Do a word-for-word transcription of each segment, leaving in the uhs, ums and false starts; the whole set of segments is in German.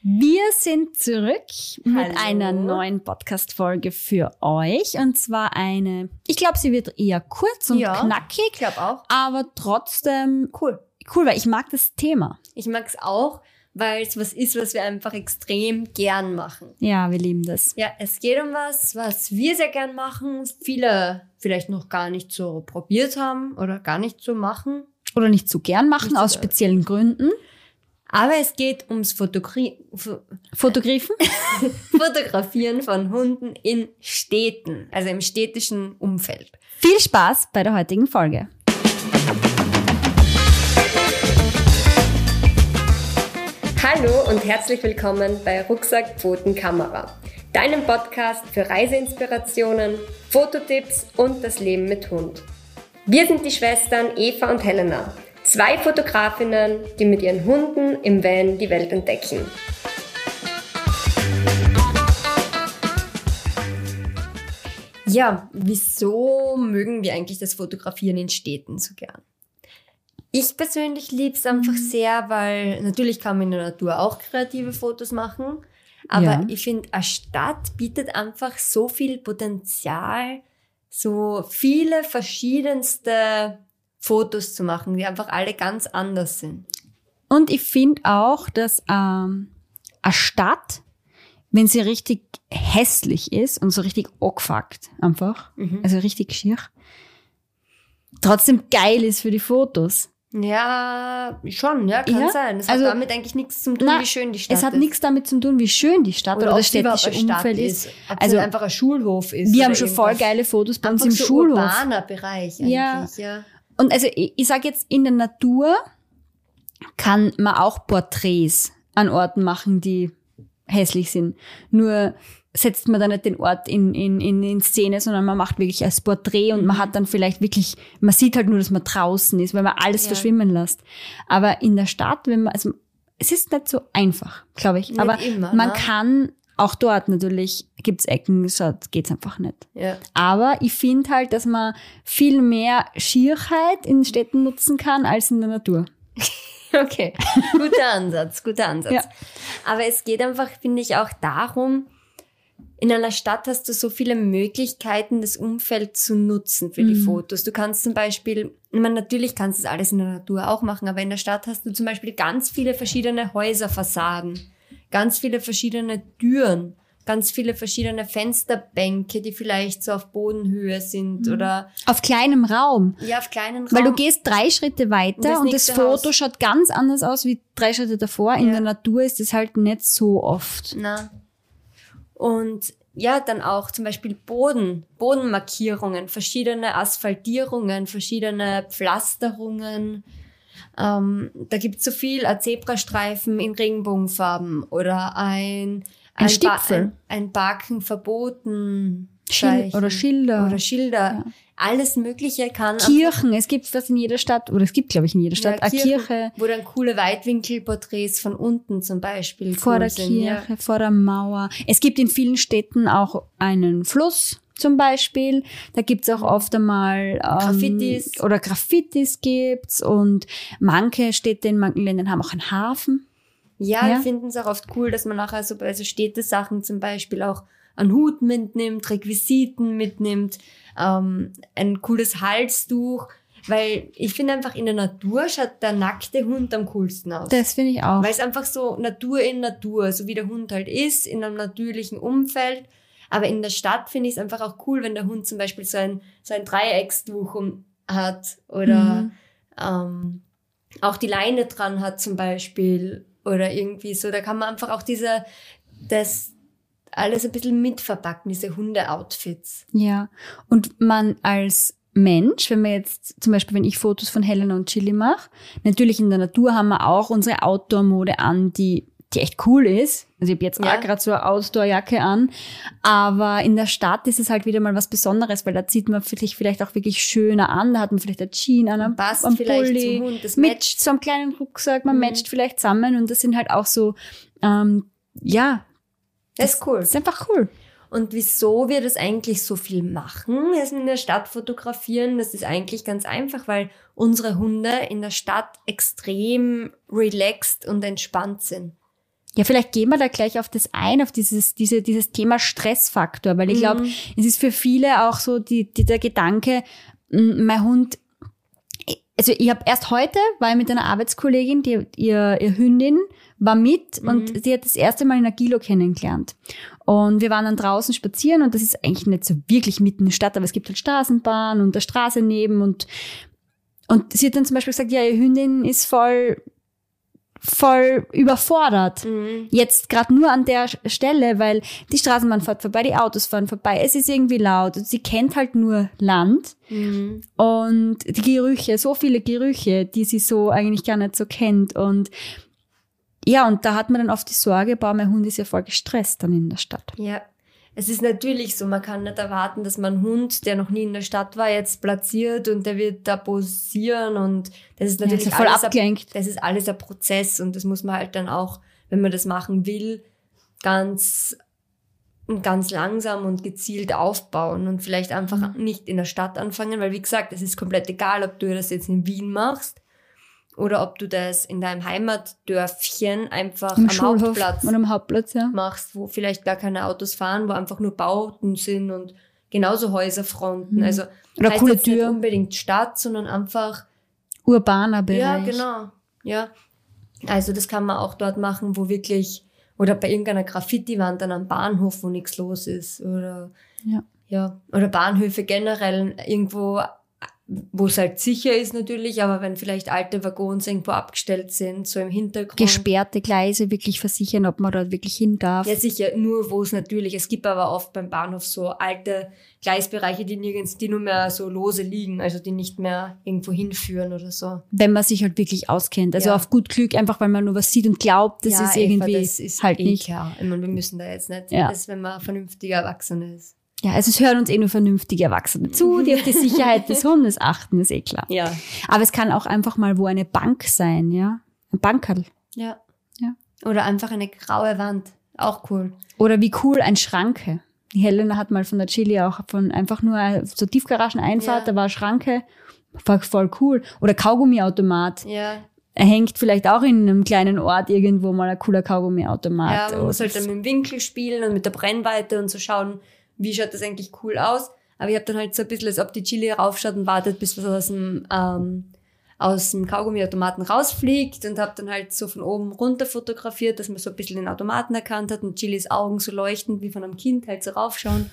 Wir sind zurück mit Hallo. einer neuen Podcast-Folge für euch. Und zwar eine, ich glaube, sie wird eher kurz und Ja, knackig. Ich glaube auch. Aber trotzdem Cool. cool, weil ich mag das Thema. Ich mag es auch, weil es was ist, was wir einfach extrem gern machen. Ja, wir lieben das. Ja, es geht um was, was wir sehr gern machen, viele vielleicht noch gar nicht so probiert haben oder gar nicht so machen. Oder nicht so gern machen, Nicht so aus gern. speziellen Gründen. Aber es geht ums Fotogra- Fo- Fotographen? Fotografieren von Hunden in Städten, also im städtischen Umfeld. Viel Spaß bei der heutigen Folge. Hallo und herzlich willkommen bei Rucksack, Pfoten, Kamera, deinem Podcast für Reiseinspirationen, Fototipps und das Leben mit Hund. Wir sind die Schwestern Eva und Helena, zwei Fotografinnen, die mit ihren Hunden im Van die Welt entdecken. Ja, wieso mögen wir eigentlich das Fotografieren in Städten so gern? Ich persönlich liebe es einfach sehr, weil natürlich kann man in der Natur auch kreative Fotos machen, aber Ja. ich finde, eine Stadt bietet einfach so viel Potenzial, so viele verschiedenste Fotos zu machen, die einfach alle ganz anders sind. Und ich finde auch, dass ähm, eine Stadt, wenn sie richtig hässlich ist und so richtig angefuckt einfach, also richtig schier, trotzdem geil ist für die Fotos. Ja, schon, ja, kann Ja, sein. Es also- hat damit eigentlich nichts zu tun, Na, wie schön die Stadt Es hat ist. nichts damit zu tun, wie schön die Stadt oder, ob das sie überhaupt städtische eine Stadt Umfeld ist. Ob Also sie einfach ein Schulhof ist. wir oder haben schon voll irgendwas. geile Fotos bei uns Einfach im so Schulhof. urbaner Bereich eigentlich, Ja. ja. Und also ich, ich sage jetzt, in der Natur kann man auch Porträts an Orten machen, die hässlich sind. Nur setzt man da nicht den Ort in, in, in, in Szene, sondern man macht wirklich als Porträt und man hat dann vielleicht wirklich, man sieht halt nur, dass man draußen ist, weil man alles Ja. verschwimmen lässt. Aber in der Stadt, wenn man, also es ist nicht so einfach, glaube ich. Nicht Aber immer, man ne? kann auch dort natürlich, gibt's Ecken, so geht's einfach nicht. Ja. Aber ich finde halt, dass man viel mehr Schierheit in Städten nutzen kann als in der Natur. Okay, guter Ansatz, guter Ansatz. Ja. Aber es geht einfach, finde ich, auch darum, in einer Stadt hast du so viele Möglichkeiten, das Umfeld zu nutzen für die Fotos. Du kannst zum Beispiel, ich meine, natürlich kannst du das alles in der Natur auch machen, aber in der Stadt hast du zum Beispiel ganz viele verschiedene Häuserfassaden, ganz viele verschiedene Türen, ganz viele verschiedene Fensterbänke, die vielleicht so auf Bodenhöhe sind oder Auf kleinem Raum. ja, auf kleinen Raum. Weil du gehst drei Schritte Und weiter das und das nächste Foto Haus. schaut ganz anders aus wie drei Schritte davor. In Ja. der Natur ist es halt nicht so oft. Na. Und ja, dann auch zum Beispiel Boden, Bodenmarkierungen, verschiedene Asphaltierungen, verschiedene Pflasterungen. Ähm, da gibt's so viel, ein Zebrastreifen in Regenbogenfarben oder ein, Ein Stipfel. Ba- ein, ein Baken verboten. Schil Zeichen. oder Schilder. Oder Schilder. Alles Mögliche kann Kirchen. Es gibt was in jeder Stadt, oder es gibt, glaube ich, in jeder Stadt Ja, eine Kirchen, Kirche. wo dann coole Weitwinkelporträts von unten zum Beispiel Vor cool der sind, Kirche, vor der Mauer. Es gibt in vielen Städten auch einen Fluss zum Beispiel. Da gibt's auch oft einmal ähm, Graffitis. Oder Graffitis gibt's. Und manche Städte in manchen Ländern haben auch einen Hafen. Ja, Ja. wir finden es auch oft cool, dass man nachher so bei so Städtesachen zum Beispiel auch einen Hut mitnimmt, Requisiten mitnimmt, ähm, ein cooles Halstuch, weil ich finde einfach in der Natur schaut der nackte Hund am coolsten aus. Das finde ich auch. Weil es einfach so Natur in Natur, so wie der Hund halt ist, in einem natürlichen Umfeld. Aber in der Stadt finde ich es einfach auch cool, wenn der Hund zum Beispiel so ein, so ein Dreieckstuch um, hat oder Mhm. ähm, auch die Leine dran hat zum Beispiel oder irgendwie so. Da kann man einfach auch diese, das alles ein bisschen mitverpacken, diese Hunde-Outfits. Ja, und man als Mensch, wenn man jetzt, zum Beispiel, wenn ich Fotos von Helena und Chili mache, natürlich in der Natur haben wir auch unsere Outdoor-Mode an, die, die echt cool ist. Also ich habe jetzt Ja. auch gerade so eine Outdoor-Jacke an, aber in der Stadt ist es halt wieder mal was Besonderes, weil da zieht man sich vielleicht auch wirklich schöner an, da hat man vielleicht ein Jean an, einem Passt am vielleicht Pulli, zum Hund, das mit matcht. so einem kleinen Rucksack, man Mhm. matcht vielleicht zusammen und das sind halt auch so, ähm, ja, Das ist cool. das ist einfach cool. Und wieso wir das eigentlich so viel machen, also in der Stadt fotografieren, das ist eigentlich ganz einfach, weil unsere Hunde in der Stadt extrem relaxed und entspannt sind. Ja, vielleicht gehen wir da gleich auf das ein, auf dieses, diese, dieses Thema Stressfaktor, weil ich glaube, Mhm. es ist für viele auch so die, die, der Gedanke, m, mein Hund, also ich habe erst heute, war ich mit einer Arbeitskollegin, die, ihr, ihr Hündin war mit Mhm. und sie hat das erste Mal in Agilo kennengelernt. Und wir waren dann draußen spazieren und das ist eigentlich nicht so wirklich mitten in der Stadt, aber es gibt halt Straßenbahn und eine Straße neben und, und sie hat dann zum Beispiel gesagt, ja, ihre Hündin ist voll, voll überfordert. Mhm. Jetzt gerade nur an der Stelle, weil die Straßenbahn fährt vorbei, die Autos fahren vorbei, es ist irgendwie laut. Und sie kennt halt nur Land Mhm. und die Gerüche, so viele Gerüche, die sie so eigentlich gar nicht so kennt. Und ja, und da hat man dann oft die Sorge, boah, mein Hund ist ja voll gestresst dann in der Stadt. Ja, es ist natürlich so, man kann nicht erwarten, dass man einen Hund, der noch nie in der Stadt war, jetzt platziert und der wird da posieren und das ist Ja, natürlich ist ja voll alles abgelenkt. Ein, das ist alles ein Prozess und das muss man halt dann auch, wenn man das machen will, ganz ganz langsam und gezielt aufbauen und vielleicht einfach Mhm. nicht in der Stadt anfangen, weil wie gesagt, es ist komplett egal, ob du das jetzt in Wien machst oder ob du das in deinem Heimatdörfchen einfach Im am Schulhof Hauptplatz und am Hauptplatz, ja. machst, wo vielleicht gar keine Autos fahren, wo einfach nur Bauten sind und genauso Häuserfronten. Mhm. Also Oder heißt coole jetzt nicht Tür. unbedingt Stadt, sondern einfach, Urbaner Bereich. ja, genau, ja. Also das kann man auch dort machen, wo wirklich, oder bei irgendeiner Graffiti-Wand dann am Bahnhof, wo nichts los ist, oder, Ja. ja, oder Bahnhöfe generell irgendwo, wo es halt sicher ist natürlich, aber wenn vielleicht alte Waggons irgendwo abgestellt sind, so im Hintergrund. Gesperrte Gleise wirklich versichern, ob man dort wirklich hin darf. Ja, sicher, nur wo es natürlich, es gibt aber oft beim Bahnhof so alte Gleisbereiche, die nirgends, die nur mehr so lose liegen, also die nicht mehr irgendwo hinführen oder so. Wenn man sich halt wirklich auskennt. Also Ja. auf gut Glück, einfach weil man nur was sieht und glaubt, das ja, ist Eva, irgendwie das ist halt eh nicht. klar. Ich meine, wir müssen da jetzt nicht, Ja. das ist, wenn man vernünftiger Erwachsener ist. Ja, also es hören uns eh nur vernünftige Erwachsene zu, die auf die Sicherheit des Hundes achten, ist eh klar. Ja. Aber es kann auch einfach mal wo eine Bank sein, ja. Ein Bankerl. Ja. Ja. Oder einfach eine graue Wand. Auch cool. Oder wie cool ein Schranke. Die Helena hat mal von der Chili auch von einfach nur so Tiefgarageneinfahrt, Ja. da war eine Schranke, war voll cool. Oder Kaugummiautomat. Ja. Er hängt vielleicht auch in einem kleinen Ort irgendwo mal ein cooler Kaugummiautomat. Ja, man Oder muss halt dann mit dem Winkel spielen und mit der Brennweite und so schauen, wie schaut das eigentlich cool aus. Aber ich habe dann halt so ein bisschen, als ob die Chili raufschaut und wartet, bis was aus dem, ähm, aus dem Kaugummiautomaten rausfliegt und habe dann halt so von oben runter fotografiert, dass man so ein bisschen den Automaten erkannt hat und Chilis Augen so leuchtend wie von einem Kind halt so raufschauen.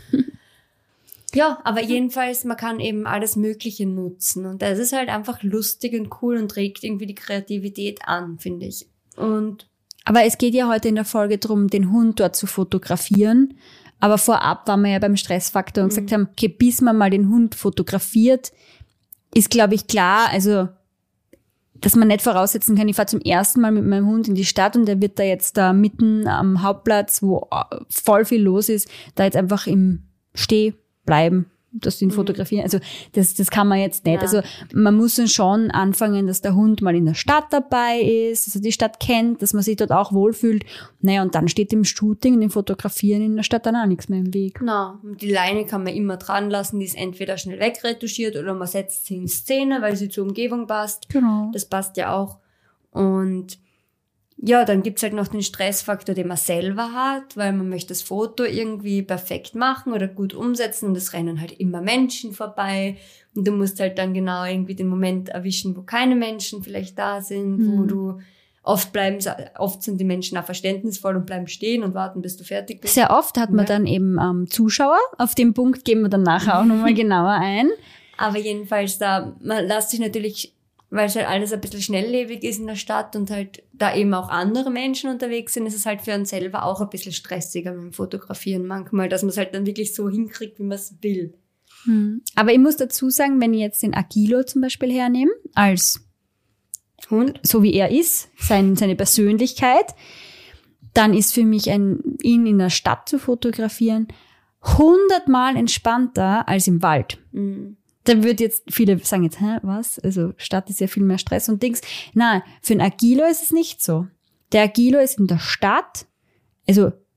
Ja, aber jedenfalls, man kann eben alles Mögliche nutzen und das ist halt einfach lustig und cool und regt irgendwie die Kreativität an, finde ich. Und Aber es geht ja heute in der Folge darum, den Hund dort zu fotografieren. Aber vorab waren wir ja beim Stressfaktor und gesagt haben, okay, bis man mal den Hund fotografiert, ist, glaube ich, klar, also, dass man nicht voraussetzen kann, ich fahre zum ersten Mal mit meinem Hund in die Stadt und der wird da jetzt da mitten am Hauptplatz, wo voll viel los ist, da jetzt einfach im Steh bleiben, dass du ihn fotografieren. Also das, das kann man jetzt nicht. Ja. Also man muss dann schon anfangen, dass der Hund mal in der Stadt dabei ist, dass er die Stadt kennt, dass man sich dort auch wohlfühlt. Naja, und dann steht dem Shooting und dem Fotografieren in der Stadt dann auch nichts mehr im Weg. Genau. Und die Leine kann man immer dran lassen, die ist entweder schnell wegretuschiert oder man setzt sie in Szene, weil sie zur Umgebung passt. Genau. Das passt ja auch. Und ja, dann gibt's halt noch den Stressfaktor, den man selber hat, weil man möchte das Foto irgendwie perfekt machen oder gut umsetzen und es rennen halt immer Menschen vorbei und du musst halt dann genau irgendwie den Moment erwischen, wo keine Menschen vielleicht da sind, Mhm. wo du oft bleiben, oft sind die Menschen auch verständnisvoll und bleiben stehen und warten, bis du fertig bist. Sehr oft hat man Ja. dann eben ähm, Zuschauer. Auf den Punkt gehen wir dann nachher auch nochmal genauer ein. Aber jedenfalls da, man lässt sich natürlich, weil es halt alles ein bisschen schnelllebig ist in der Stadt und halt da eben auch andere Menschen unterwegs sind, ist es halt für uns selber auch ein bisschen stressiger mit dem Fotografieren manchmal, dass man es halt dann wirklich so hinkriegt, wie man es will. Hm. Aber ich muss dazu sagen, wenn ich jetzt den Agilo zum Beispiel hernehme, als Hund? so wie er ist, sein, seine Persönlichkeit, dann ist für mich ein, ihn in der Stadt zu fotografieren hundertmal entspannter als im Wald. Mhm. Da wird jetzt viele sagen jetzt, hä, was? Also Stadt ist ja viel mehr Stress und Dings. Nein, für einen Agilo ist es nicht so. Der Agilo ist in der Stadt, also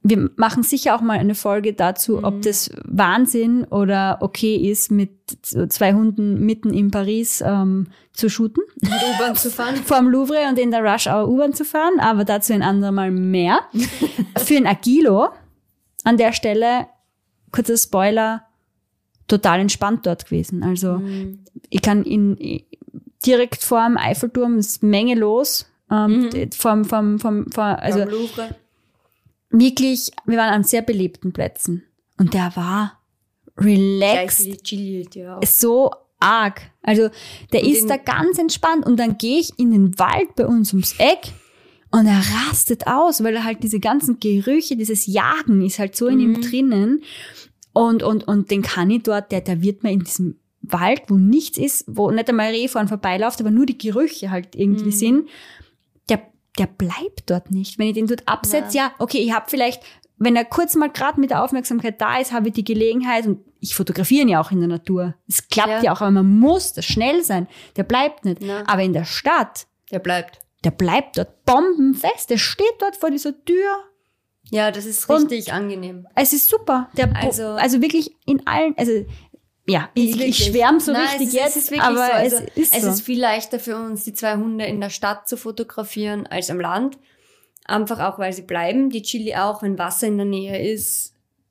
wir machen sicher auch mal eine Folge dazu, mhm. ob das Wahnsinn oder okay ist, mit zwei Hunden mitten in Paris ähm, zu shooten. Mit U-Bahn zu fahren. Vor dem Louvre und in der Rush-Hour U-Bahn zu fahren, aber dazu ein andermal mehr. Für ein Agilo an der Stelle, kurzer Spoiler, total entspannt dort gewesen. Also mhm. ich kann in direkt vor dem Eiffelturm, ist Menge los, ähm, mhm. vom, vom, vom, vom, also vom Louvre. Wirklich, wir waren an sehr belebten Plätzen. Und der war relaxed. Chilliert, ja. So arg. Also, der und ist da ganz entspannt. Und dann gehe ich in den Wald bei uns ums Eck und er rastet aus, weil er halt diese ganzen Gerüche, dieses Jagen ist halt so in mhm. ihm drinnen. Und, und, und den kann ich dort, der, der wird mir in diesem Wald, wo nichts ist, wo nicht einmal Reh vorn vorbeiläuft, aber nur die Gerüche halt irgendwie mhm. sind, der der bleibt dort nicht. Wenn ich den dort absetze, ja, ja okay, ich habe vielleicht, wenn er kurz mal gerade mit der Aufmerksamkeit da ist, habe ich die Gelegenheit und ich fotografiere ihn ja auch in der Natur. Es klappt ja. ja auch, aber man muss das schnell sein. Der bleibt nicht. Ja. Aber in der Stadt, der bleibt. Der bleibt dort bombenfest. Der steht dort vor dieser Tür. Ja, das ist richtig angenehm. Es ist super. Der also, also wirklich in allen, also ja, ich, ich schwärme so Nein, richtig es ist, jetzt, es ist aber so. Also, es ist es so. ist viel leichter für uns, die zwei Hunde in der Stadt zu fotografieren als am Land. Einfach auch, weil sie bleiben. Die Chili auch, wenn Wasser in der Nähe ist,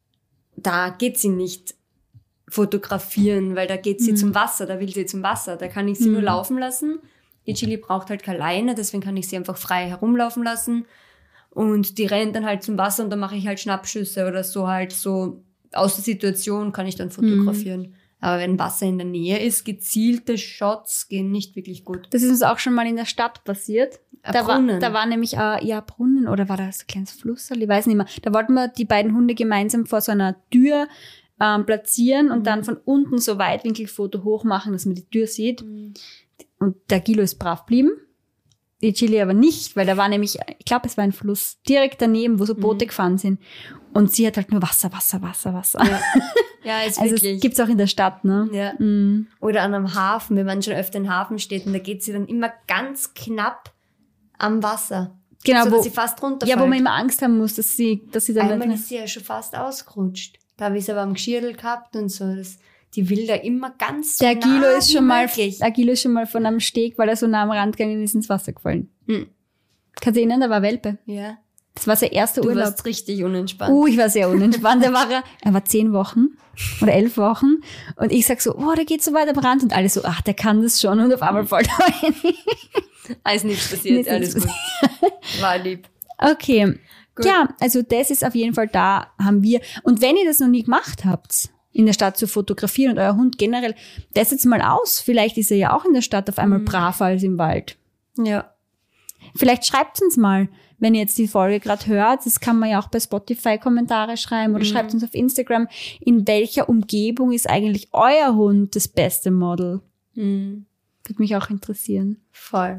da geht sie nicht fotografieren, weil da geht sie mhm. zum Wasser, da will sie zum Wasser. Da kann ich sie mhm. nur laufen lassen. Die Chili braucht halt keine Leine, deswegen kann ich sie einfach frei herumlaufen lassen. Und die rennt dann halt zum Wasser und dann mache ich halt Schnappschüsse oder so halt so aus der Situation kann ich dann fotografieren. Mhm. Aber wenn Wasser in der Nähe ist, gezielte Shots gehen nicht wirklich gut. Das ist uns auch schon mal in der Stadt passiert. Ein da Brunnen. War, da war nämlich, äh, ja, Brunnen oder war das ein kleines Flusserl? Ich weiß nicht mehr. Da wollten wir die beiden Hunde gemeinsam vor so einer Tür ähm, platzieren und mhm. dann von unten so Weitwinkelfoto hoch machen, dass man die Tür sieht. Mhm. Und der Gilo ist brav blieben. Die Chili aber nicht, weil da war nämlich, ich glaube, es war ein Fluss direkt daneben, wo so Boote mhm. gefahren sind. Und sie hat halt nur Wasser, Wasser, Wasser, Wasser. Ja, ja ist also wirklich. Das gibt's auch in der Stadt, ne? Ja. Mhm. Oder an einem Hafen, wenn man schon öfter in Hafenstädten, da geht sie dann immer ganz knapp am Wasser. Genau, so, wo dass sie fast runterfällt. Ja, wo man immer Angst haben muss, dass sie, dass sie dann... Einmal ist sie ja schon fast ausgerutscht. Da habe ich sie aber am Geschirrl gehabt und so, das... Die will da immer ganz der nah Gilo ist schon mal, möglich. Der Gilo ist schon mal von einem Steg, weil er so nah am Rand gegangen ist, ins Wasser gefallen. Mhm. Kannst du erinnern, da war Welpe. Ja. Das war sein erster du Urlaub. Du warst richtig unentspannt. Uh, ich war sehr unentspannt. Da war er, er war zehn Wochen oder elf Wochen und ich sag so, oh, der geht so weit am Rand und alle so, ach, der kann das schon und auf einmal fällt er rein. Alles nichts passiert, nichts alles gut. War lieb. Okay. Gut. Ja, also das ist auf jeden Fall da, haben wir. Und wenn ihr das noch nie gemacht habt, in der Stadt zu fotografieren und euer Hund generell, testet mal aus. Vielleicht ist er ja auch in der Stadt auf einmal mhm. braver als im Wald. Ja. Vielleicht schreibt uns mal, wenn ihr jetzt die Folge gerade hört. Das kann man ja auch bei Spotify Kommentare schreiben oder mhm. schreibt uns auf Instagram, in welcher Umgebung ist eigentlich euer Hund das beste Model? Mhm. Würde mich auch interessieren. Voll.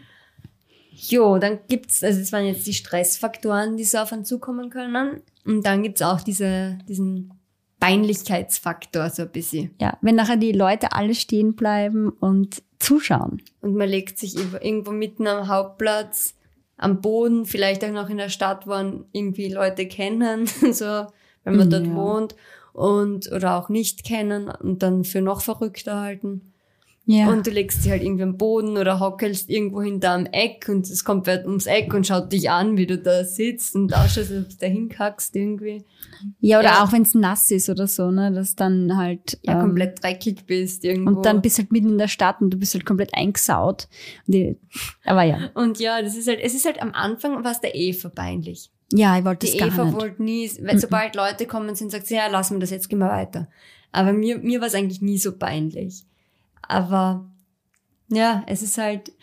Jo, dann gibt's, also das waren jetzt die Stressfaktoren, die so auf einen zukommen können. Und dann gibt's auch diese, diesen Peinlichkeitsfaktor so ein bisschen. Ja, wenn nachher die Leute alle stehen bleiben und zuschauen. Und man legt sich irgendwo mitten am Hauptplatz, am Boden, vielleicht auch noch in der Stadt, wo man irgendwie Leute kennen, so, wenn man dort ja. wohnt und oder auch nicht kennen und dann für noch verrückter halten. Ja. Und du legst dich halt irgendwie am Boden oder hockelst irgendwo hinterm Eck und es kommt wer ums Eck und schaut dich an, wie du da sitzt und ausschaust, ob du da hinkackst irgendwie. Ja, oder ja. auch wenn es nass ist oder so, ne, dass dann halt... Ja, ähm, komplett dreckig bist irgendwo. Und dann bist du halt mitten in der Stadt und du bist halt komplett eingesaut. Die, aber ja. Und ja, das ist halt, es ist halt am Anfang war es der Eva peinlich. Ja, ich wollte das die gar Eva nicht. wollte nie, weil sobald Leute kommen sind, sagt sie, ja, lass mir das jetzt, gehen wir weiter. Aber mir, mir war es eigentlich nie so peinlich. Aber ja, es ist halt...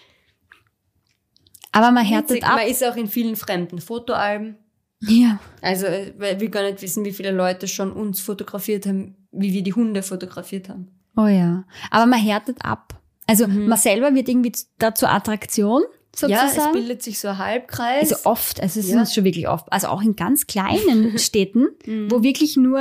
Aber man härtet ab. Man ist auch in vielen fremden Fotoalben. Ja. Also, weil wir gar nicht wissen, wie viele Leute schon uns fotografiert haben, wie wir die Hunde fotografiert haben. Oh ja. Aber man härtet ab. Also Mhm. man selber wird irgendwie da zur Attraktion, sozusagen. Ja, es bildet sich so ein Halbkreis. Also oft, also es Ja. ist schon wirklich oft. Also auch in ganz kleinen Städten, Mhm. wo wirklich nur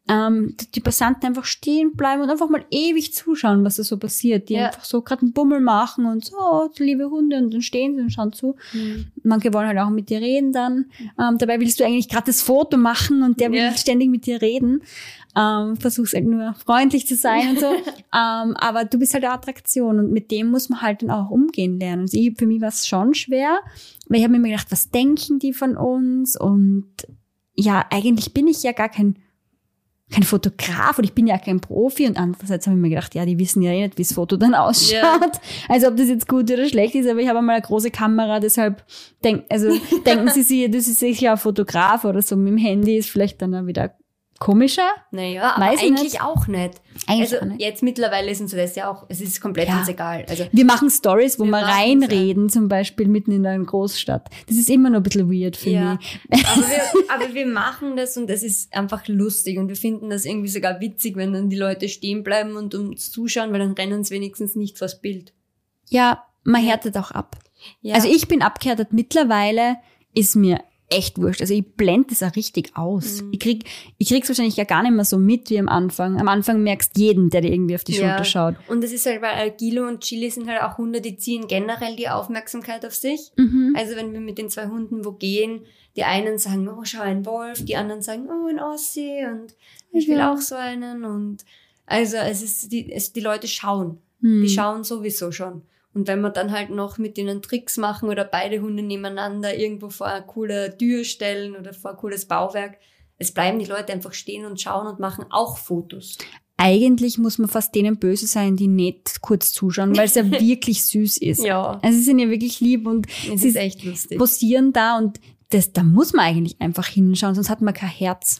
ähm, die Passanten einfach stehen bleiben und einfach mal ewig zuschauen, was da so passiert. Die Ja. einfach so gerade einen Bummel machen und so, oh, liebe Hunde, und dann stehen sie und schauen zu. Mhm. Manche wollen halt auch mit dir reden dann. Ähm, dabei willst du eigentlich gerade das Foto machen und der will Ja. ständig mit dir reden. Ähm, versuchst halt nur freundlich zu sein und so. ähm, aber du bist halt eine Attraktion und mit dem muss man halt dann auch umgehen lernen. Also ich, für mich war es schon schwer, weil ich habe mir immer gedacht, was denken die von uns? Und ja, eigentlich bin ich ja gar kein kein Fotograf und ich bin ja kein Profi und andererseits habe ich mir gedacht, ja, die wissen ja eh nicht, wie das Foto dann ausschaut. Ja. Also ob das jetzt gut oder schlecht ist, aber ich habe mal eine große Kamera, deshalb denk, also denken sie sich, das ist sicher ein Fotograf oder so mit dem Handy, ist vielleicht dann auch wieder komischer. Naja, aber Weiß ich eigentlich nicht. auch nicht. Eigentlich also auch nicht. jetzt mittlerweile ist uns das ja auch, es ist komplett Ja. uns egal. Also Wir machen Stories, wo Wir wir machen's, reinreden, zum Beispiel mitten in einer Großstadt. Das ist immer noch ein bisschen weird für ja, mich. aber wir, aber wir machen das und das ist einfach lustig und wir finden das irgendwie sogar witzig, wenn dann die Leute stehen bleiben und uns zuschauen, weil dann rennen sie wenigstens nicht vors Bild. Ja, man härtet auch ab. Ja. Also ich bin abgehärtet. Mittlerweile ist mir echt wurscht. Also ich blende das auch richtig aus. Mhm. Ich krieg, ich krieg's wahrscheinlich ja gar nicht mehr so mit wie am Anfang. Am Anfang merkst jeden, der dir irgendwie auf die Ja. Schulter schaut. Und das ist halt, weil Agilo und Chili sind halt auch Hunde, die ziehen generell die Aufmerksamkeit auf sich. Mhm. Also wenn wir mit den zwei Hunden wo gehen, die einen sagen, oh, schau, ein Wolf, die anderen sagen, oh, ein Ossi und ich will Ja. auch so einen. Und also es ist, die, es, die Leute schauen. Hm. Die schauen sowieso schon. Und wenn wir dann halt noch mit denen Tricks machen oder beide Hunde nebeneinander irgendwo vor eine coole Tür stellen oder vor ein cooles Bauwerk, es bleiben die Leute einfach stehen und schauen und machen auch Fotos. Eigentlich muss man fast denen böse sein, die nicht kurz zuschauen, weil es ja wirklich süß ist. Ja, Also sie sind ja wirklich lieb und es sie ist echt lustig. posieren da und das, da muss man eigentlich einfach hinschauen, sonst hat man kein Herz.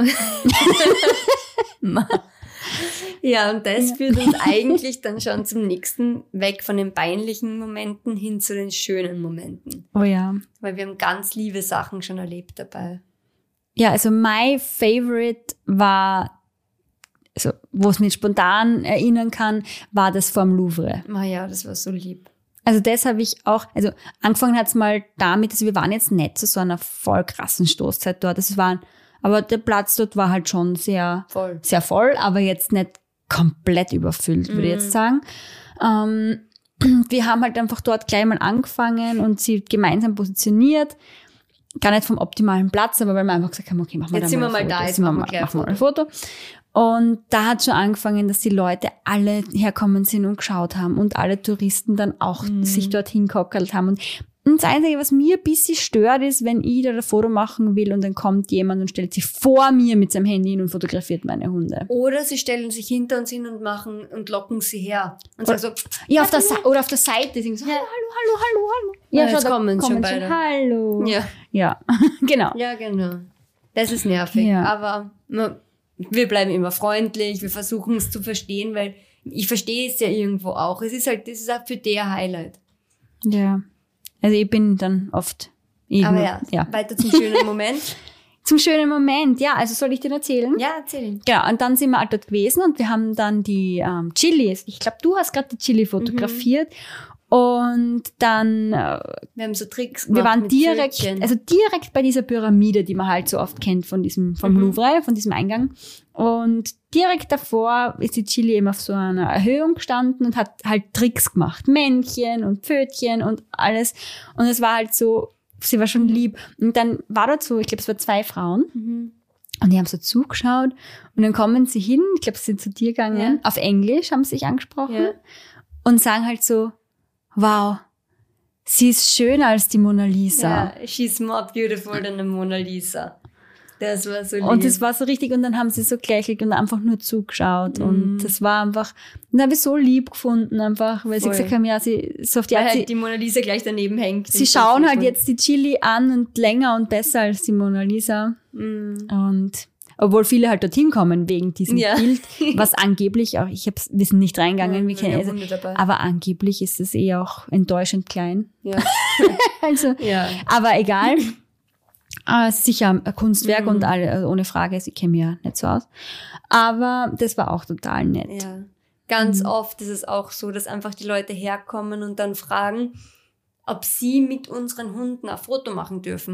Ja, und das Ja. führt uns eigentlich dann schon zum nächsten, weg von den peinlichen Momenten hin zu den schönen Momenten. Oh ja. Weil wir haben ganz liebe Sachen schon erlebt dabei. Ja, also my favorite war, also wo es mich spontan erinnern kann, war das vorm Louvre. Ah ja, das war so lieb. Also das habe ich auch, also angefangen hat's mal damit, also wir waren jetzt nicht zu so einer voll krassen Stoßzeit dort. Das waren, aber der Platz dort war halt schon sehr, Voll. sehr voll, aber jetzt nicht komplett überfüllt, würde ich jetzt sagen. Ähm, wir haben halt einfach dort gleich mal angefangen und sie gemeinsam positioniert. Gar nicht vom optimalen Platz, aber weil wir einfach gesagt haben, okay, machen wir Jetzt da sind mal wir mal ein Foto. da, jetzt Jetzt sind wir machen wir mal, gleich ein machen wir mal ein Foto. Und da hat schon angefangen, dass die Leute alle herkommen sind und geschaut haben und alle Touristen dann auch Mhm. sich dorthin gekockelt haben. Und Und das Einzige, was mir ein bisschen stört, ist, wenn ich da ein Foto machen will und dann kommt jemand und stellt sich vor mir mit seinem Handy hin und fotografiert meine Hunde. Oder sie stellen sich hinter uns hin und machen und locken sie her. Und sagen so, Ja, auf der Se- oder auf der Seite singen so, hallo, hallo, hallo, hallo. Ja, schau, jetzt da kommen schon beide. Hallo. ja, Ja, genau. ja, genau. Das ist nervig. Ja. Aber na, wir bleiben immer freundlich, wir versuchen es zu verstehen, weil ich verstehe es ja irgendwo auch. Es ist halt, das ist auch für der Highlight. Ja. Also ich bin dann oft irgendwo, Aber ja, ja. weiter zum schönen Moment. Zum schönen Moment, ja, also soll ich dir erzählen? Ja, erzähl ihn. Genau, und dann sind wir halt dort gewesen und wir haben dann die ähm, Chilis, ich glaube, du hast gerade die Chili fotografiert und dann, äh, Wir haben so Tricks wir gemacht waren mit direkt, Pfötchen. also direkt bei dieser Pyramide, die man halt so oft kennt von diesem, vom Mhm. Louvre, von diesem Eingang. Und direkt davor ist die Chili eben auf so einer Erhöhung gestanden und hat halt Tricks gemacht. Männchen und Pfötchen und alles. Und es war halt so, sie war schon lieb. Und dann war dort so, ich glaube, es waren zwei Frauen. Mhm. Und die haben so zugeschaut und dann kommen sie hin, ich glaube, sie sind zu dir gegangen, Ja. auf Englisch haben sie sich angesprochen Ja. und sagen halt so, wow, sie ist schöner als die Mona Lisa. Ja, she's more beautiful than the Mona Lisa. Das war so lieb. Und das war so richtig und dann haben sie so gelächelt und einfach nur zugeschaut Mhm. und das war einfach, und habe ich so lieb gefunden einfach, weil Voll. sie gesagt haben, ja, sie, so auf die Weil Art, halt sie, die Mona Lisa gleich daneben hängt. sie schauen halt jetzt die Chili an und länger und besser als die Mona Lisa. Mhm. Und obwohl viele halt dorthin kommen wegen diesem Ja. Bild, was angeblich auch, ich hab's, wir sind nicht reingegangen, wir kennen ja, also, Hunde dabei. aber angeblich ist es eh auch enttäuschend klein. Ja. Also, ja. aber egal. Äh, sicher ein Kunstwerk Mhm. und alle, also ohne Frage, ich kenne mich ja nicht so aus. Aber das war auch total nett. Ja. Ganz Mhm. oft ist es auch so, dass einfach die Leute herkommen und dann fragen, ob sie mit unseren Hunden ein Foto machen dürfen.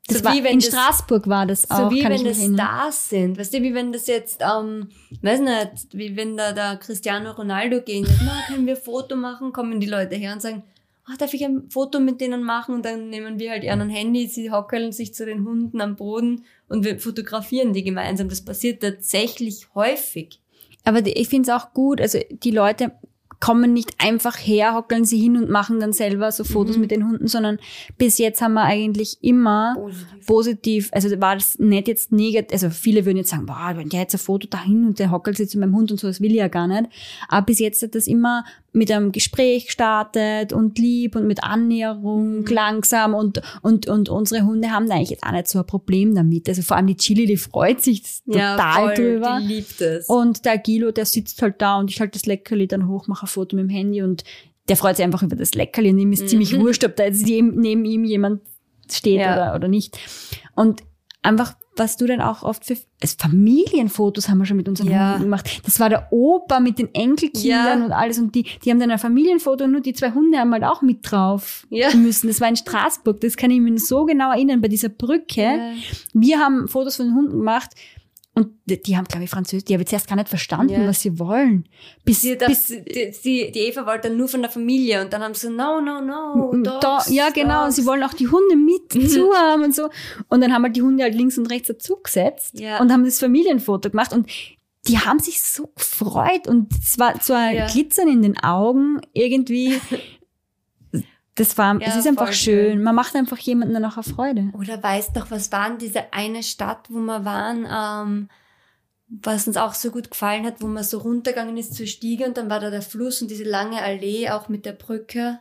Das so war, wie wenn in das, Straßburg war das auch, so wie kann wenn ich mich das erinnern. Stars sind. Weißt du, wie wenn das jetzt, ähm, weiß nicht, wie wenn da der Cristiano Ronaldo gehen sagt, na, können wir ein Foto machen? Kommen die Leute her und sagen, ach, darf ich ein Foto mit denen machen? Und dann nehmen wir halt eher ein Handy, sie hockeln sich zu den Hunden am Boden und wir fotografieren die gemeinsam. Das passiert tatsächlich häufig. Aber die, ich finde es auch gut, also die Leute kommen nicht einfach her, hockeln sie hin und machen dann selber so Fotos Mhm. mit den Hunden, sondern bis jetzt haben wir eigentlich immer Positiv. positiv, also war das nicht jetzt negativ, also viele würden jetzt sagen, boah, wenn der jetzt ein Foto dahin und der hockelt sich zu meinem Hund und so, das will ich ja gar nicht. Aber bis jetzt hat das immer mit einem Gespräch gestartet und lieb und mit Annäherung, Mhm. langsam und, und, und unsere Hunde haben da eigentlich jetzt auch nicht so ein Problem damit. Also vor allem die Chili, die freut sich total voll, drüber. Die liebt es. Und der Gilo, der sitzt halt da und ich halte das Leckerli dann hoch, mache ein Foto mit dem Handy und der freut sich einfach über das Leckerli und ihm ist Mhm. ziemlich wurscht, ob da jetzt neben, neben ihm jemand steht Ja. oder, oder nicht. Und einfach, was du dann auch oft für also Familienfotos haben wir schon mit unseren Ja. Hunden gemacht. Das war der Opa mit den Enkelkindern Ja. und alles und die, die haben dann ein Familienfoto und nur die zwei Hunde haben halt auch mit drauf Ja. müssen. Das war in Straßburg, das kann ich mir so genau erinnern, bei dieser Brücke. Ja. Wir haben Fotos von den Hunden gemacht und die, die haben, glaube ich, Französisch, die haben jetzt erst gar nicht verstanden, Ja. was sie wollen. Bis, Sie bis dachte, die, die, die Eva wollte dann nur von der Familie und dann haben sie so, no, no, no, dogs, da, ja, genau, und dogs. sie wollen auch die Hunde mit zu haben und so. Und dann haben halt die Hunde halt links und rechts dazu gesetzt Ja. und haben das Familienfoto gemacht und die haben sich so gefreut und es war so ein Ja. Glitzern in den Augen irgendwie. Das war, Ja, es ist einfach voll schön. schön. Man macht einfach jemandem dann auch eine Freude. Oder weißt doch, was war denn diese eine Stadt, wo wir waren, ähm, was uns auch so gut gefallen hat, wo man so runtergegangen ist zur Stiege und dann war da der Fluss und diese lange Allee auch mit der Brücke.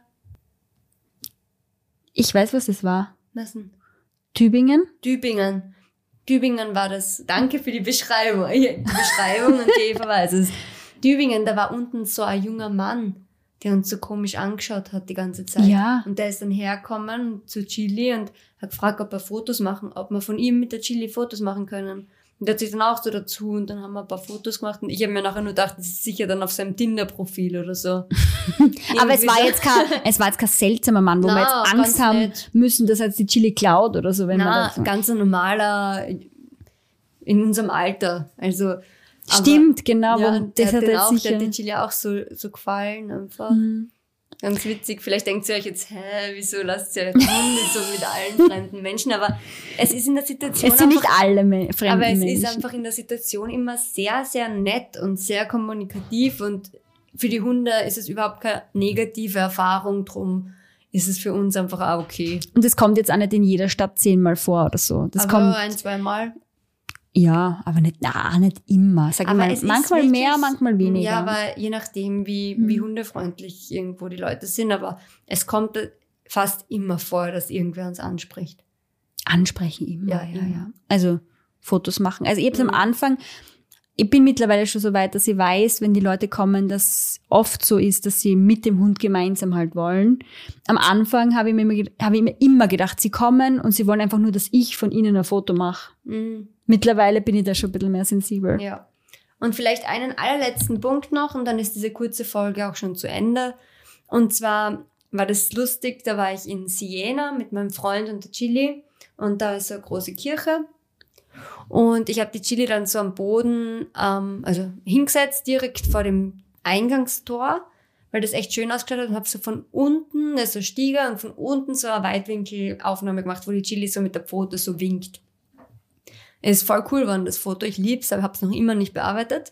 Ich weiß, was das war. Was denn? Tübingen? Tübingen. Tübingen war das. Danke für die Beschreibung. Die Beschreibung und die Eva weiß es. Tübingen, da war unten so ein junger Mann, der uns so komisch angeschaut hat die ganze Zeit. Ja. Und der ist dann hergekommen zu Chili und hat gefragt, ob wir Fotos machen, ob wir von ihm mit der Chili Fotos machen können. Und der hat sich dann auch so dazu und dann haben wir ein paar Fotos gemacht und ich habe mir nachher nur gedacht, das ist sicher dann auf seinem Tinder-Profil oder so. Aber es Irgendwie war so. jetzt kein, es war jetzt kein seltsamer Mann, wo Na, wir jetzt Angst ganz haben nett. müssen, dass er jetzt die Chili klaut oder so, wenn Na, man das. ganz ein normaler, in unserem Alter. Also, aber- Stimmt, genau. Ja, wo- und der das hat, hat den jetzt auch, der sicher. hat die Chili auch so, so gefallen einfach. Mhm. Ganz witzig. Vielleicht denkt ihr euch jetzt, hä, wieso lasst ihr Hunde so mit allen fremden Menschen? Aber es ist in der Situation Es sind nicht einfach, alle Me fremden aber es Menschen. ist einfach in der Situation immer sehr, sehr nett und sehr kommunikativ und für die Hunde ist es überhaupt keine negative Erfahrung, drum ist es für uns einfach auch okay. Und das kommt jetzt auch nicht in jeder Stadt zehnmal vor oder so. Das aber kommt, ein, zwei Mal. ja, aber nicht, na, nicht immer. Sag ich Aber mal, es ist manchmal wirklich- mehr, manchmal weniger. Ja, aber je nachdem, wie, Mhm. wie hundefreundlich irgendwo die Leute sind. Aber es kommt fast immer vor, dass irgendwer uns anspricht. Ansprechen immer. Ja, Ja, ja, immer. ja. Also Fotos machen. Also ich habe Mhm. am Anfang, ich bin mittlerweile schon so weit, dass ich weiß, wenn die Leute kommen, dass oft so ist, dass sie mit dem Hund gemeinsam halt wollen. Am Anfang habe ich mir immer, ge- habe ich mir immer gedacht, sie kommen und sie wollen einfach nur, dass ich von ihnen ein Foto mache. Mhm. Mittlerweile bin ich da schon ein bisschen mehr sensibel. Ja. Und vielleicht einen allerletzten Punkt noch und dann ist diese kurze Folge auch schon zu Ende. Und zwar war das lustig, da war ich in Siena mit meinem Freund und der Chili und da ist so eine große Kirche. Und ich habe die Chili dann so am Boden, ähm, also hingesetzt, direkt vor dem Eingangstor, weil das echt schön ausgeschaut hat und habe so von unten, also Stiege und von unten so eine Weitwinkelaufnahme gemacht, wo die Chili so mit der Pfote so winkt. Es ist voll cool geworden, das Foto. Ich lieb's, aber habe es noch immer nicht bearbeitet.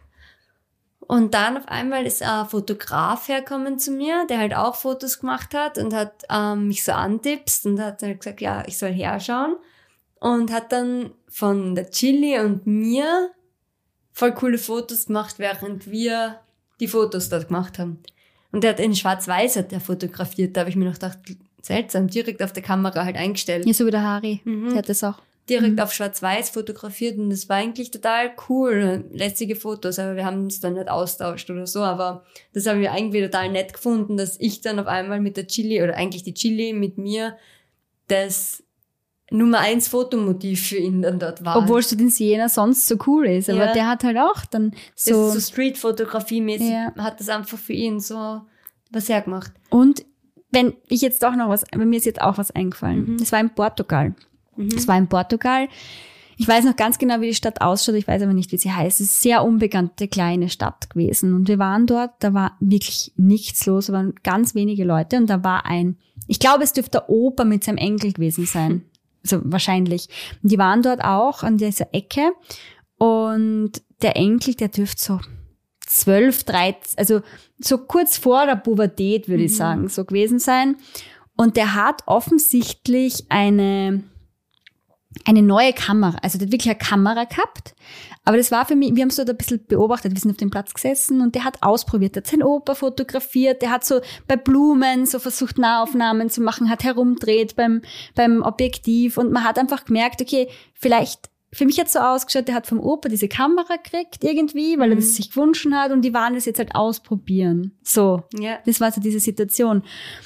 Und dann auf einmal ist ein Fotograf hergekommen zu mir, der halt auch Fotos gemacht hat und hat ähm, mich so antipst und hat halt gesagt, ja, ich soll herschauen. Und hat dann von der Chili und mir voll coole Fotos gemacht, während wir die Fotos dort gemacht haben. Und der hat in Schwarz-Weiß hat der fotografiert. Da habe ich mir noch gedacht, seltsam, direkt auf der Kamera halt eingestellt. Ja, so wie der Harry. Mhm. Der hat das auch. Direkt Mhm. auf Schwarz-Weiß fotografiert und das war eigentlich total cool. Lässige Fotos, aber wir haben uns dann nicht austauscht oder so, aber das haben wir irgendwie total nett gefunden, dass ich dann auf einmal mit der Chili oder eigentlich die Chili mit mir das Nummer eins Fotomotiv für ihn dann dort war. Obwohl es den Siena sonst so cool ist. Aber Ja. der hat halt auch dann so, so. das ist so Street-Fotografie-mäßig, Ja. hat das einfach für ihn so was hergemacht. Und wenn ich jetzt doch noch was, bei mir ist jetzt auch was eingefallen. Mhm. Das war in Portugal. Es war in Portugal. Ich weiß noch ganz genau, wie die Stadt ausschaut. Ich weiß aber nicht, wie sie heißt. Es ist eine sehr unbekannte kleine Stadt gewesen. Und wir waren dort, da war wirklich nichts los. Es waren ganz wenige Leute. Und da war ein, ich glaube, es dürfte der Opa mit seinem Enkel gewesen sein. Also wahrscheinlich. Und die waren dort auch an dieser Ecke. Und der Enkel, der dürfte so zwölf, dreizehn, also so kurz vor der Pubertät, würde mhm. ich sagen, so gewesen sein. Und der hat offensichtlich eine, eine neue Kamera, also der hat wirklich eine Kamera gehabt. Aber das war für mich, wir haben so da ein bisschen beobachtet, wir sind auf dem Platz gesessen und der hat ausprobiert, der hat seinen Opa fotografiert, der hat so bei Blumen so versucht, Nahaufnahmen zu machen, hat herumdreht beim, beim Objektiv und man hat einfach gemerkt, okay, vielleicht, für mich hat es so ausgeschaut, der hat vom Opa diese Kamera gekriegt irgendwie, weil er das sich gewünscht hat und die waren das jetzt halt ausprobieren. So, ja. Das war so diese Situation.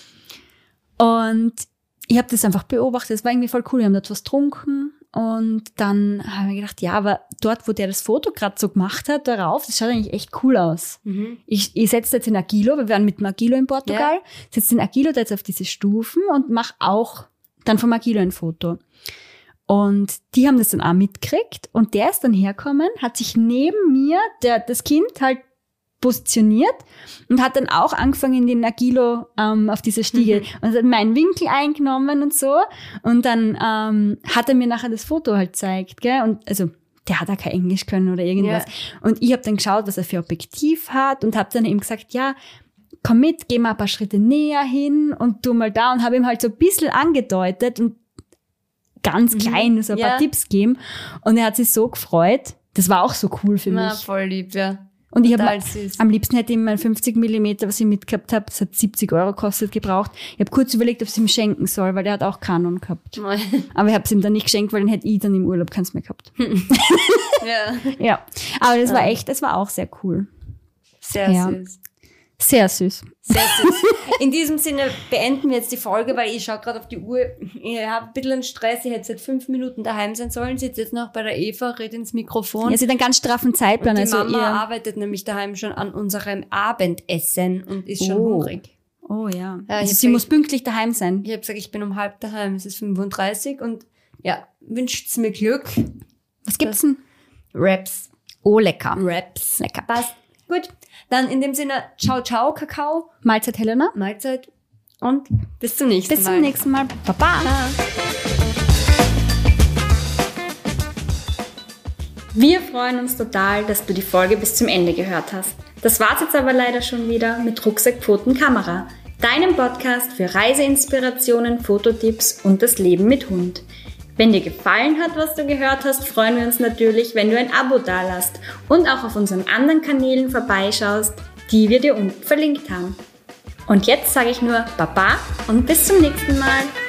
Und ich habe das einfach beobachtet, es war irgendwie voll cool, wir haben dort was getrunken und dann haben wir gedacht, ja, aber dort, wo der das Foto gerade so gemacht hat, darauf, das schaut eigentlich echt cool aus. Mhm. Ich, ich setze jetzt den Agilo, wir waren mit dem Agilo in Portugal, ja. setze den Agilo da jetzt auf diese Stufen und mache auch dann vom Agilo ein Foto. Und die haben das dann auch mitgekriegt und der ist dann hergekommen, hat sich neben mir, der das Kind halt positioniert und hat dann auch angefangen in den Agilo ähm, auf dieser Stiege mhm. und hat meinen Winkel eingenommen und so und dann ähm, hat er mir nachher das Foto halt gezeigt, gell? Und also der hat auch kein Englisch können oder irgendwas. Ja. Und ich habe dann geschaut, was er für Objektiv hat und habe dann eben gesagt, ja, komm mit, geh mal ein paar Schritte näher hin und tu mal da und habe ihm halt so ein bisschen angedeutet und ganz klein, so ein ja. paar Tipps geben. Und er hat sich so gefreut. Das war auch so cool für Na, mich. voll lieb, ja. Und ich habe am liebsten hätte ich mein fünfzig Millimeter, was ich mitgehabt habe, das hat siebzig Euro gekostet, gebraucht. Ich habe kurz überlegt, ob ich es ihm schenken soll, weil der hat auch Canon gehabt. Aber ich habe es ihm dann nicht geschenkt, weil den hätte ich dann im Urlaub keins mehr gehabt. ja. Ja. Aber das war echt, das war auch sehr cool. Sehr ja. süß. Sehr süß. Sehr süß. In diesem Sinne beenden wir jetzt die Folge, weil ich schaue gerade auf die Uhr. Ich habe ein bisschen Stress. Ich hätte seit fünf Minuten daheim sein sollen. Sie sitzt jetzt noch bei der Eva, redet ins Mikrofon. Ja, sie hat einen ganz straffen Zeitplan. Und die also Mama ihr arbeitet nämlich daheim schon an unserem Abendessen und ist schon oh. hungrig. Oh ja. ja also sie muss pünktlich daheim sein. Ich habe gesagt, ich bin um halb daheim. Es ist fünfunddreißig und ja, wünscht's mir Glück. Was gibt's denn? Raps. Oh, lecker. Raps. Lecker. Passt. Gut. Dann in dem Sinne, ciao, ciao, Kakao. Mahlzeit, Helena. Mahlzeit. Und bis zum nächsten bis Mal. Bis zum nächsten Mal. Baba. Baba. Wir freuen uns total, dass du die Folge bis zum Ende gehört hast. Das war's jetzt aber leider schon wieder mit Rucksack, Pfoten, Kamera, deinem Podcast für Reiseinspirationen, Fototipps und das Leben mit Hund. Wenn dir gefallen hat, was du gehört hast, freuen wir uns natürlich, wenn du ein Abo dalässt und auch auf unseren anderen Kanälen vorbeischaust, die wir dir unten verlinkt haben. Und jetzt sage ich nur Baba und bis zum nächsten Mal.